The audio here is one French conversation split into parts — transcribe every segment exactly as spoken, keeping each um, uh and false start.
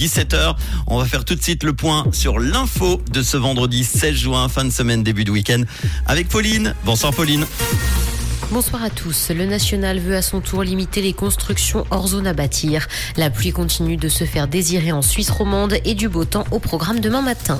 dix-sept heures. On va faire tout de suite le point sur l'info de ce vendredi seize juin, fin de semaine, début de week-end, avec Pauline. Bonsoir Pauline. Bonsoir à tous. Le national veut à son tour limiter les constructions hors zone à bâtir. La pluie continue de se faire désirer en Suisse romande et du beau temps au programme demain matin.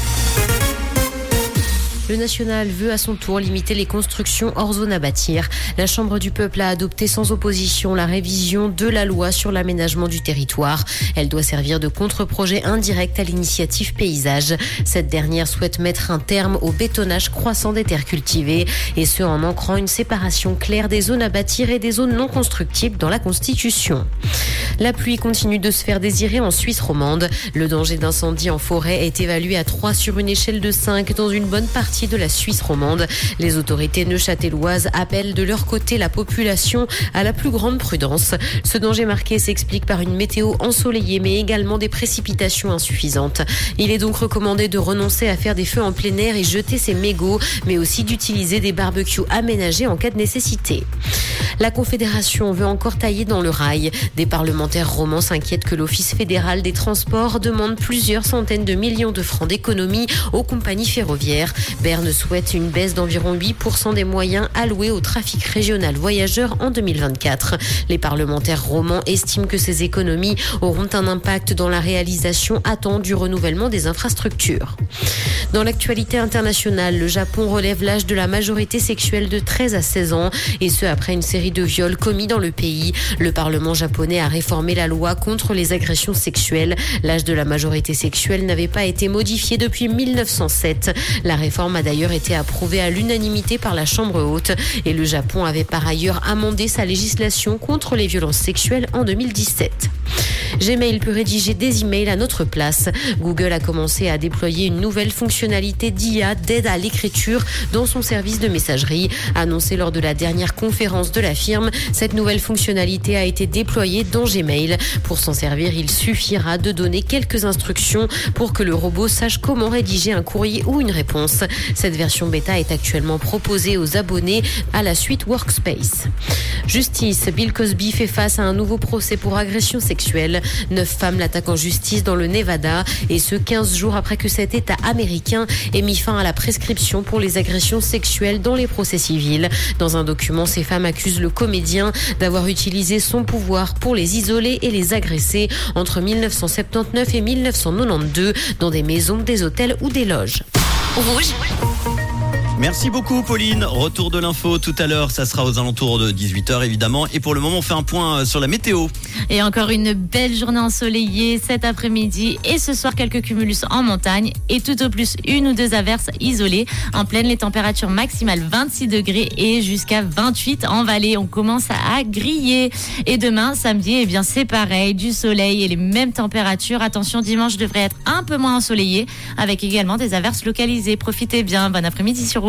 Le national veut à son tour limiter les constructions hors zone à bâtir. La Chambre du peuple a adopté sans opposition la révision de la loi sur l'aménagement du territoire. Elle doit servir de contre-projet indirect à l'initiative paysage. Cette dernière souhaite mettre un terme au bétonnage croissant des terres cultivées, et ce en ancrant une séparation claire des zones à bâtir et des zones non constructibles dans la Constitution. La pluie continue de se faire désirer en Suisse romande. Le danger d'incendie en forêt est évalué à trois sur une échelle de cinq dans une bonne partie de la Suisse romande. Les autorités neuchâteloises appellent de leur côté la population à la plus grande prudence. Ce danger marqué s'explique par une météo ensoleillée, mais également des précipitations insuffisantes. Il est donc recommandé de renoncer à faire des feux en plein air et jeter ses mégots, mais aussi d'utiliser des barbecues aménagés en cas de nécessité. La Confédération veut encore tailler dans le rail. Des parlementaires romans s'inquiètent que l'Office fédéral des transports demande plusieurs centaines de millions de francs d'économies aux compagnies ferroviaires. Berne souhaite une baisse d'environ huit pour cent des moyens alloués au trafic régional voyageurs en deux mille vingt-quatre. Les parlementaires romans estiment que ces économies auront un impact dans la réalisation à temps du renouvellement des infrastructures. Dans l'actualité internationale, le Japon relève l'âge de la majorité sexuelle de treize à seize ans, et ce après une série de viols commis dans le pays. Le Parlement japonais a réformé la loi contre les agressions sexuelles. L'âge de la majorité sexuelle n'avait pas été modifié depuis mille neuf cent sept. La réforme a d'ailleurs été approuvée à l'unanimité par la Chambre haute, et le Japon avait par ailleurs amendé sa législation contre les violences sexuelles en deux mille dix-sept. Gmail peut rédiger des emails à notre place. Google a commencé à déployer une nouvelle fonctionnalité d'I A d'aide à l'écriture dans son service de messagerie. Annoncée lors de la dernière conférence de la firme, cette nouvelle fonctionnalité a été déployée dans Gmail. Pour s'en servir, il suffira de donner quelques instructions pour que le robot sache comment rédiger un courrier ou une réponse. Cette version bêta est actuellement proposée aux abonnés à la suite Workspace. Justice, Bill Cosby fait face à un nouveau procès pour agression sexuelle. Neuf femmes l'attaquent en justice dans le Nevada, et ce quinze jours après que cet État américain ait mis fin à la prescription pour les agressions sexuelles dans les procès civils. Dans un document, ces femmes accusent le comédien d'avoir utilisé son pouvoir pour les isoler et les agresser entre mille neuf cent soixante-dix-neuf et mille neuf cent quatre-vingt-douze dans des maisons, des hôtels ou des loges. Rouge. Merci beaucoup Pauline. Retour de l'info tout à l'heure, ça sera aux alentours de dix-huit heures évidemment. Et pour le moment, on fait un point sur la météo. Et encore une belle journée ensoleillée cet après-midi, et ce soir quelques cumulus en montagne et tout au plus une ou deux averses isolées. En plaine, les températures maximales vingt-six degrés et jusqu'à vingt-huit en vallée. On commence à griller. Et demain, samedi, eh bien c'est pareil, du soleil et les mêmes températures. Attention, dimanche devrait être un peu moins ensoleillé avec également des averses localisées. Profitez bien, bon après-midi sur